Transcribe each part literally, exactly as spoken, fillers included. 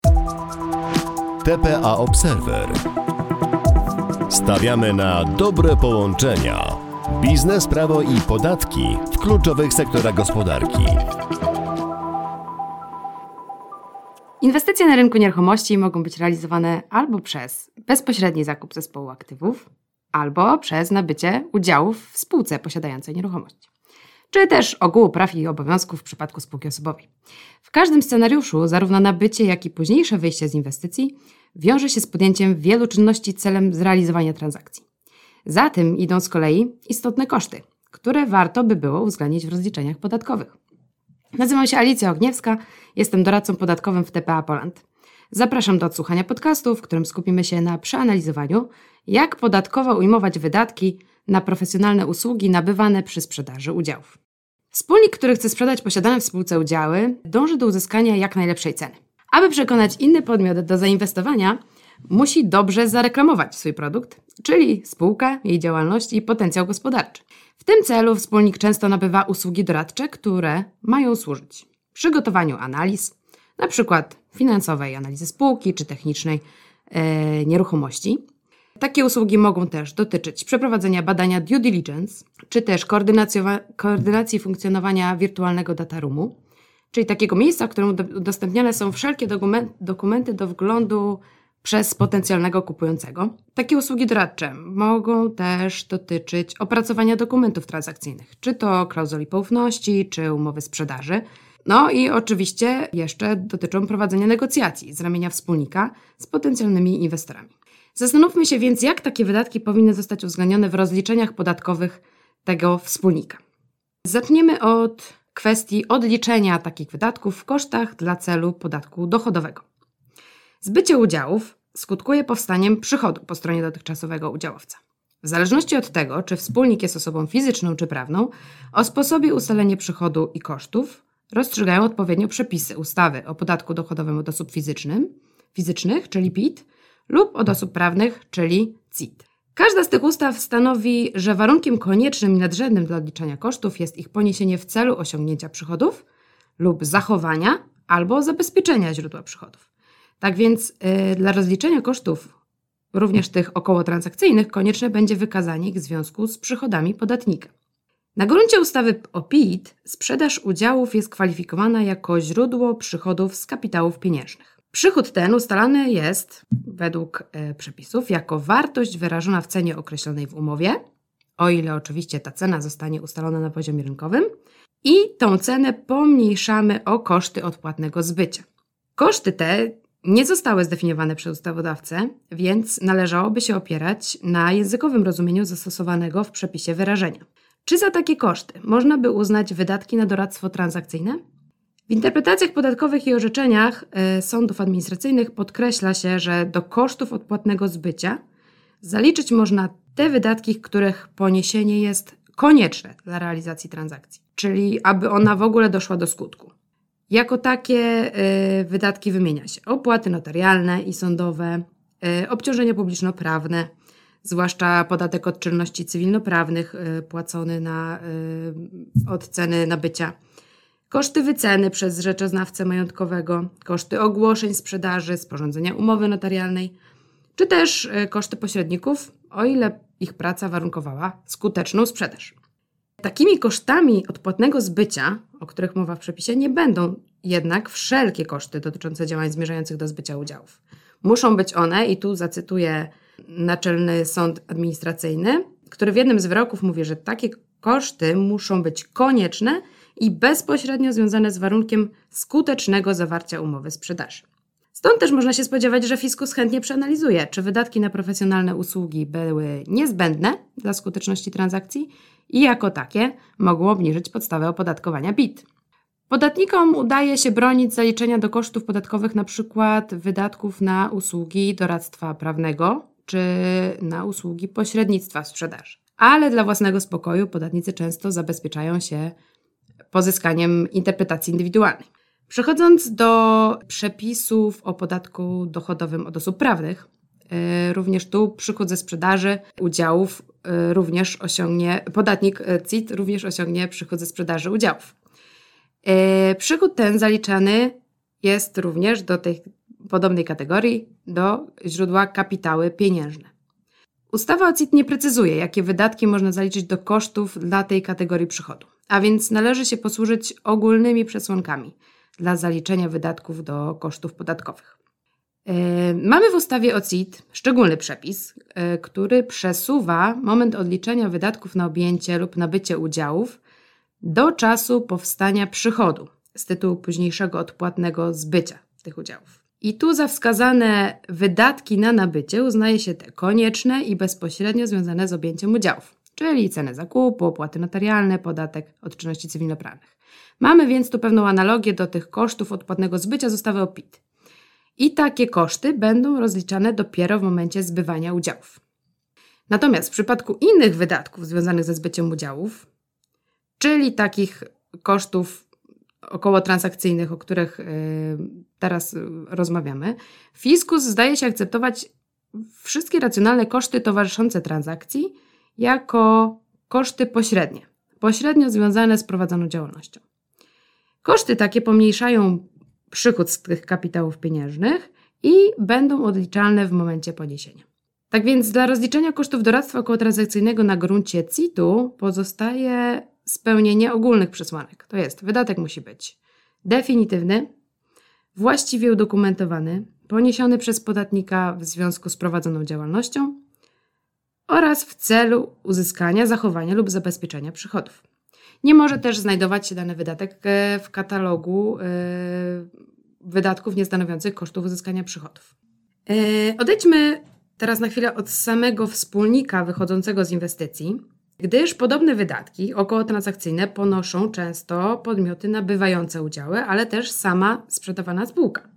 T P A Observer. Stawiamy na dobre połączenia. Biznes, prawo i podatki w kluczowych sektorach gospodarki. Inwestycje na rynku nieruchomości mogą być realizowane albo przez bezpośredni zakup zespołu aktywów, albo przez nabycie udziałów w spółce posiadającej nieruchomość, czy też ogółu praw i obowiązków w przypadku spółki osobowej. W każdym scenariuszu zarówno nabycie, jak i późniejsze wyjście z inwestycji wiąże się z podjęciem wielu czynności celem zrealizowania transakcji. Za tym idą z kolei istotne koszty, które warto by było uwzględnić w rozliczeniach podatkowych. Nazywam się Alicja Ogniewska, jestem doradcą podatkowym w T P A Poland. Zapraszam do odsłuchania podcastu, w którym skupimy się na przeanalizowaniu, jak podatkowo ujmować wydatki na profesjonalne usługi nabywane przy sprzedaży udziałów. Wspólnik, który chce sprzedać posiadane w spółce udziały, dąży do uzyskania jak najlepszej ceny. Aby przekonać inny podmiot do zainwestowania, musi dobrze zareklamować swój produkt, czyli spółkę, jej działalność i potencjał gospodarczy. W tym celu wspólnik często nabywa usługi doradcze, które mają służyć przygotowaniu analiz, np. finansowej analizy spółki czy technicznej e, nieruchomości. Takie usługi mogą też dotyczyć przeprowadzenia badania due diligence, czy też koordynacji funkcjonowania wirtualnego data roomu, czyli takiego miejsca, w którym udostępniane są wszelkie dokumenty do wglądu przez potencjalnego kupującego. Takie usługi doradcze mogą też dotyczyć opracowania dokumentów transakcyjnych, czy to klauzuli poufności, czy umowy sprzedaży. No i oczywiście jeszcze dotyczą prowadzenia negocjacji z ramienia wspólnika z potencjalnymi inwestorami. Zastanówmy się więc, jak takie wydatki powinny zostać uwzględnione w rozliczeniach podatkowych tego wspólnika. Zaczniemy od kwestii odliczenia takich wydatków w kosztach dla celu podatku dochodowego. Zbycie udziałów skutkuje powstaniem przychodu po stronie dotychczasowego udziałowca. W zależności od tego, czy wspólnik jest osobą fizyczną czy prawną, o sposobie ustalenia przychodu i kosztów rozstrzygają odpowiednio przepisy ustawy o podatku dochodowym od osób fizycznym, fizycznych, czyli P I T, lub od osób prawnych, czyli C I T. Każda z tych ustaw stanowi, że warunkiem koniecznym i nadrzędnym dla odliczania kosztów jest ich poniesienie w celu osiągnięcia przychodów lub zachowania albo zabezpieczenia źródła przychodów. Tak więc yy, dla rozliczenia kosztów, również tych okołotransakcyjnych, konieczne będzie wykazanie ich w związku z przychodami podatnika. Na gruncie ustawy o P I T sprzedaż udziałów jest kwalifikowana jako źródło przychodów z kapitałów pieniężnych. Przychód ten ustalany jest według e, przepisów jako wartość wyrażona w cenie określonej w umowie, o ile oczywiście ta cena zostanie ustalona na poziomie rynkowym, i tą cenę pomniejszamy o koszty odpłatnego zbycia. Koszty te nie zostały zdefiniowane przez ustawodawcę, więc należałoby się opierać na językowym rozumieniu zastosowanego w przepisie wyrażenia. Czy za takie koszty można by uznać wydatki na doradztwo transakcyjne? W interpretacjach podatkowych i orzeczeniach y, sądów administracyjnych podkreśla się, że do kosztów odpłatnego zbycia zaliczyć można te wydatki, których poniesienie jest konieczne dla realizacji transakcji, czyli aby ona w ogóle doszła do skutku. Jako takie y, wydatki wymienia się opłaty notarialne i sądowe, y, obciążenia publiczno-prawne, zwłaszcza podatek od czynności cywilnoprawnych y, płacony na, y, od ceny nabycia, koszty wyceny przez rzeczoznawcę majątkowego, koszty ogłoszeń sprzedaży, sporządzenia umowy notarialnej, czy też y, koszty pośredników, o ile ich praca warunkowała skuteczną sprzedaż. Takimi kosztami odpłatnego zbycia, o których mowa w przepisie, nie będą jednak wszelkie koszty dotyczące działań zmierzających do zbycia udziałów. Muszą być one, i tu zacytuję Naczelny Sąd Administracyjny, który w jednym z wyroków mówi, że takie koszty muszą być konieczne i bezpośrednio związane z warunkiem skutecznego zawarcia umowy sprzedaży. Stąd też można się spodziewać, że fiskus chętnie przeanalizuje, czy wydatki na profesjonalne usługi były niezbędne dla skuteczności transakcji i jako takie mogą obniżyć podstawę opodatkowania P I T. Podatnikom udaje się bronić zaliczenia do kosztów podatkowych np. wydatków na usługi doradztwa prawnego czy na usługi pośrednictwa w sprzedaży. Ale dla własnego spokoju podatnicy często zabezpieczają się pozyskaniem interpretacji indywidualnej. Przechodząc do przepisów o podatku dochodowym od osób prawnych, również tu przychód ze sprzedaży udziałów również osiągnie, podatnik C I T również osiągnie przychód ze sprzedaży udziałów. Przychód ten zaliczany jest również do tych podobnej kategorii do źródła kapitały pieniężne. Ustawa o C I T nie precyzuje, jakie wydatki można zaliczyć do kosztów dla tej kategorii przychodu, a więc należy się posłużyć ogólnymi przesłankami dla zaliczenia wydatków do kosztów podatkowych. Yy, mamy w ustawie o C I T szczególny przepis, yy, który przesuwa moment odliczenia wydatków na objęcie lub nabycie udziałów do czasu powstania przychodu z tytułu późniejszego odpłatnego zbycia tych udziałów. I tu za wskazane wydatki na nabycie uznaje się te konieczne i bezpośrednio związane z objęciem udziałów, czyli cenę zakupu, opłaty notarialne, podatek od czynności cywilnoprawnych. Mamy więc tu pewną analogię do tych kosztów odpłatnego zbycia z ustawy o P I T. I takie koszty będą rozliczane dopiero w momencie zbywania udziałów. Natomiast w przypadku innych wydatków związanych ze zbyciem udziałów, czyli takich kosztów około transakcyjnych, o których y, teraz rozmawiamy, fiskus zdaje się akceptować wszystkie racjonalne koszty towarzyszące transakcji jako koszty pośrednie, pośrednio związane z prowadzoną działalnością. Koszty takie pomniejszają przychód z tych kapitałów pieniężnych i będą odliczalne w momencie poniesienia. Tak więc dla rozliczenia kosztów doradztwa okołotransakcyjnego na gruncie C I T-u pozostaje spełnienie ogólnych przesłanek. To jest, wydatek musi być definitywny, właściwie udokumentowany, poniesiony przez podatnika w związku z prowadzoną działalnością oraz w celu uzyskania, zachowania lub zabezpieczenia przychodów. Nie może też znajdować się dany wydatek w katalogu wydatków niestanowiących kosztów uzyskania przychodów. Odejdźmy teraz na chwilę od samego wspólnika wychodzącego z inwestycji, gdyż podobne wydatki okołotransakcyjne ponoszą często podmioty nabywające udziały, ale też sama sprzedawana spółka.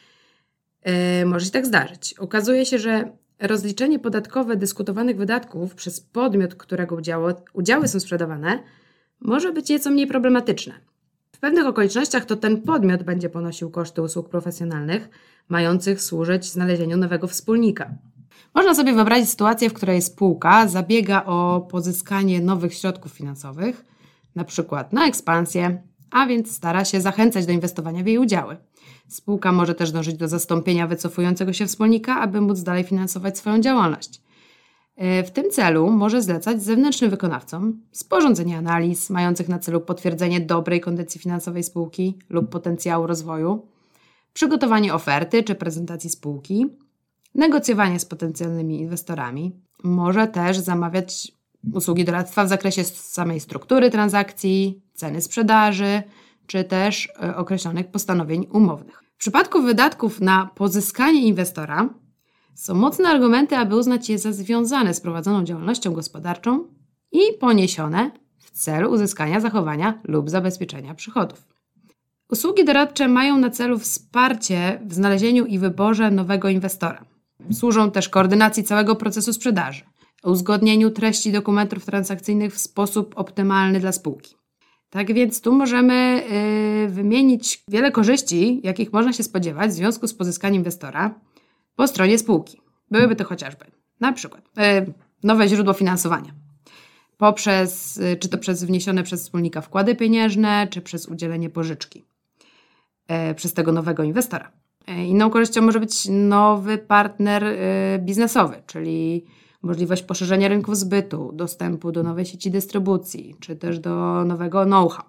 Yy, może się tak zdarzyć. Okazuje się, że rozliczenie podatkowe dyskutowanych wydatków przez podmiot, którego udziały, udziały są sprzedawane, może być nieco mniej problematyczne. W pewnych okolicznościach to ten podmiot będzie ponosił koszty usług profesjonalnych, mających służyć znalezieniu nowego wspólnika. Można sobie wyobrazić sytuację, w której spółka zabiega o pozyskanie nowych środków finansowych, na przykład na ekspansję, a więc stara się zachęcać do inwestowania w jej udziały. Spółka może też dążyć do zastąpienia wycofującego się wspólnika, aby móc dalej finansować swoją działalność. W tym celu może zlecać zewnętrznym wykonawcom sporządzenie analiz mających na celu potwierdzenie dobrej kondycji finansowej spółki lub potencjału rozwoju, przygotowanie oferty czy prezentacji spółki, negocjowanie z potencjalnymi inwestorami. Może też zamawiać usługi doradztwa w zakresie samej struktury transakcji, ceny sprzedaży, czy też określonych postanowień umownych. W przypadku wydatków na pozyskanie inwestora są mocne argumenty, aby uznać je za związane z prowadzoną działalnością gospodarczą i poniesione w celu uzyskania, zachowania lub zabezpieczenia przychodów. Usługi doradcze mają na celu wsparcie w znalezieniu i wyborze nowego inwestora. Służą też koordynacji całego procesu sprzedaży, uzgodnieniu treści dokumentów transakcyjnych w sposób optymalny dla spółki. Tak więc tu możemy yy, wymienić wiele korzyści, jakich można się spodziewać w związku z pozyskaniem inwestora po stronie spółki. Byłyby to chociażby na przykład yy, nowe źródło finansowania, poprzez, yy, czy to przez wniesione przez wspólnika wkłady pieniężne, czy przez udzielenie pożyczki yy, przez tego nowego inwestora. Yy, inną korzyścią może być nowy partner yy, biznesowy, czyli możliwość poszerzenia rynków zbytu, dostępu do nowej sieci dystrybucji, czy też do nowego know-how.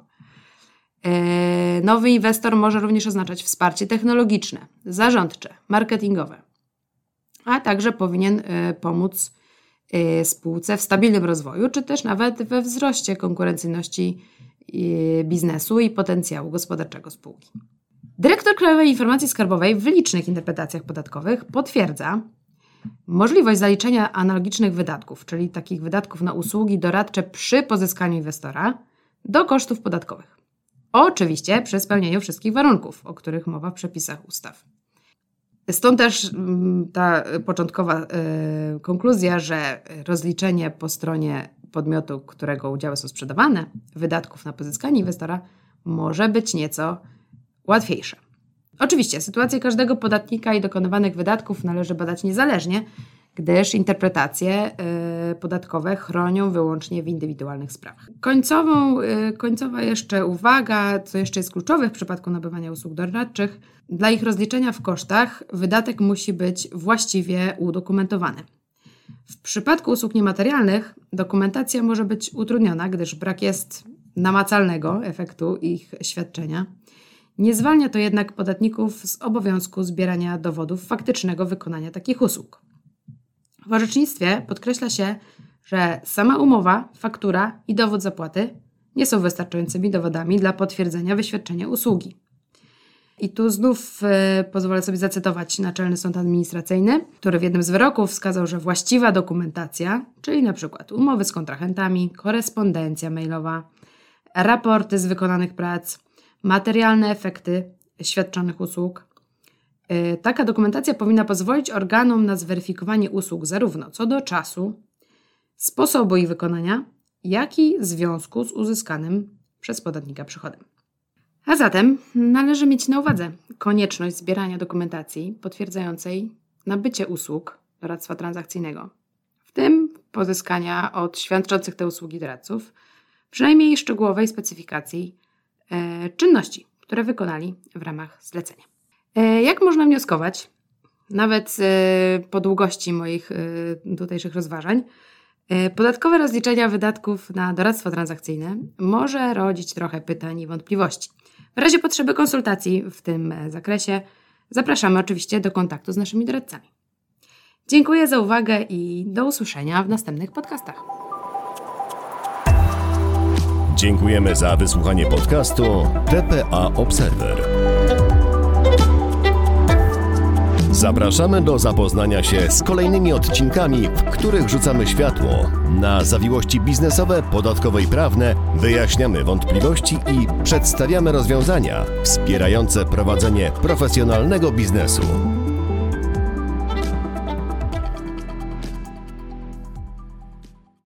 Nowy inwestor może również oznaczać wsparcie technologiczne, zarządcze, marketingowe, a także powinien pomóc spółce w stabilnym rozwoju, czy też nawet we wzroście konkurencyjności biznesu i potencjału gospodarczego spółki. Dyrektor Krajowej Informacji Skarbowej w licznych interpretacjach podatkowych potwierdza możliwość zaliczenia analogicznych wydatków, czyli takich wydatków na usługi doradcze przy pozyskaniu inwestora, do kosztów podatkowych. Oczywiście przy spełnieniu wszystkich warunków, o których mowa w przepisach ustaw. Stąd też ta początkowa y, konkluzja, że rozliczenie po stronie podmiotu, którego udziały są sprzedawane, wydatków na pozyskanie inwestora może być nieco łatwiejsze. Oczywiście sytuację każdego podatnika i dokonywanych wydatków należy badać niezależnie gdyż interpretacje y, podatkowe chronią wyłącznie w indywidualnych sprawach. Końcową, y, końcowa jeszcze uwaga, co jeszcze jest kluczowe w przypadku nabywania usług doradczych, dla ich rozliczenia w kosztach wydatek musi być właściwie udokumentowany. W przypadku usług niematerialnych dokumentacja może być utrudniona, gdyż brak jest namacalnego efektu ich świadczenia. Nie zwalnia to jednak podatników z obowiązku zbierania dowodów faktycznego wykonania takich usług. W orzecznictwie podkreśla się, że sama umowa, faktura i dowód zapłaty nie są wystarczającymi dowodami dla potwierdzenia wyświadczenia usługi. I tu znów y, pozwolę sobie zacytować Naczelny Sąd Administracyjny, który w jednym z wyroków wskazał, że właściwa dokumentacja, czyli na przykład umowy z kontrahentami, korespondencja mailowa, raporty z wykonanych prac, materialne efekty świadczonych usług. Yy, taka dokumentacja powinna pozwolić organom na zweryfikowanie usług zarówno co do czasu, sposobu ich wykonania, jak i związku z uzyskanym przez podatnika przychodem. A zatem należy mieć na uwadze konieczność zbierania dokumentacji potwierdzającej nabycie usług doradztwa transakcyjnego, w tym pozyskania od świadczących te usługi doradców przynajmniej szczegółowej specyfikacji e, czynności, które wykonali w ramach zlecenia. E, jak można wnioskować, nawet e, po długości moich e, tutejszych rozważań, e, podatkowe rozliczenia wydatków na doradztwo transakcyjne może rodzić trochę pytań i wątpliwości. W razie potrzeby konsultacji w tym zakresie zapraszamy oczywiście do kontaktu z naszymi doradcami. Dziękuję za uwagę i do usłyszenia w następnych podcastach. Dziękujemy za wysłuchanie podcastu T P A Observer. Zapraszamy do zapoznania się z kolejnymi odcinkami, w których rzucamy światło na zawiłości biznesowe, podatkowe i prawne, wyjaśniamy wątpliwości i przedstawiamy rozwiązania wspierające prowadzenie profesjonalnego biznesu.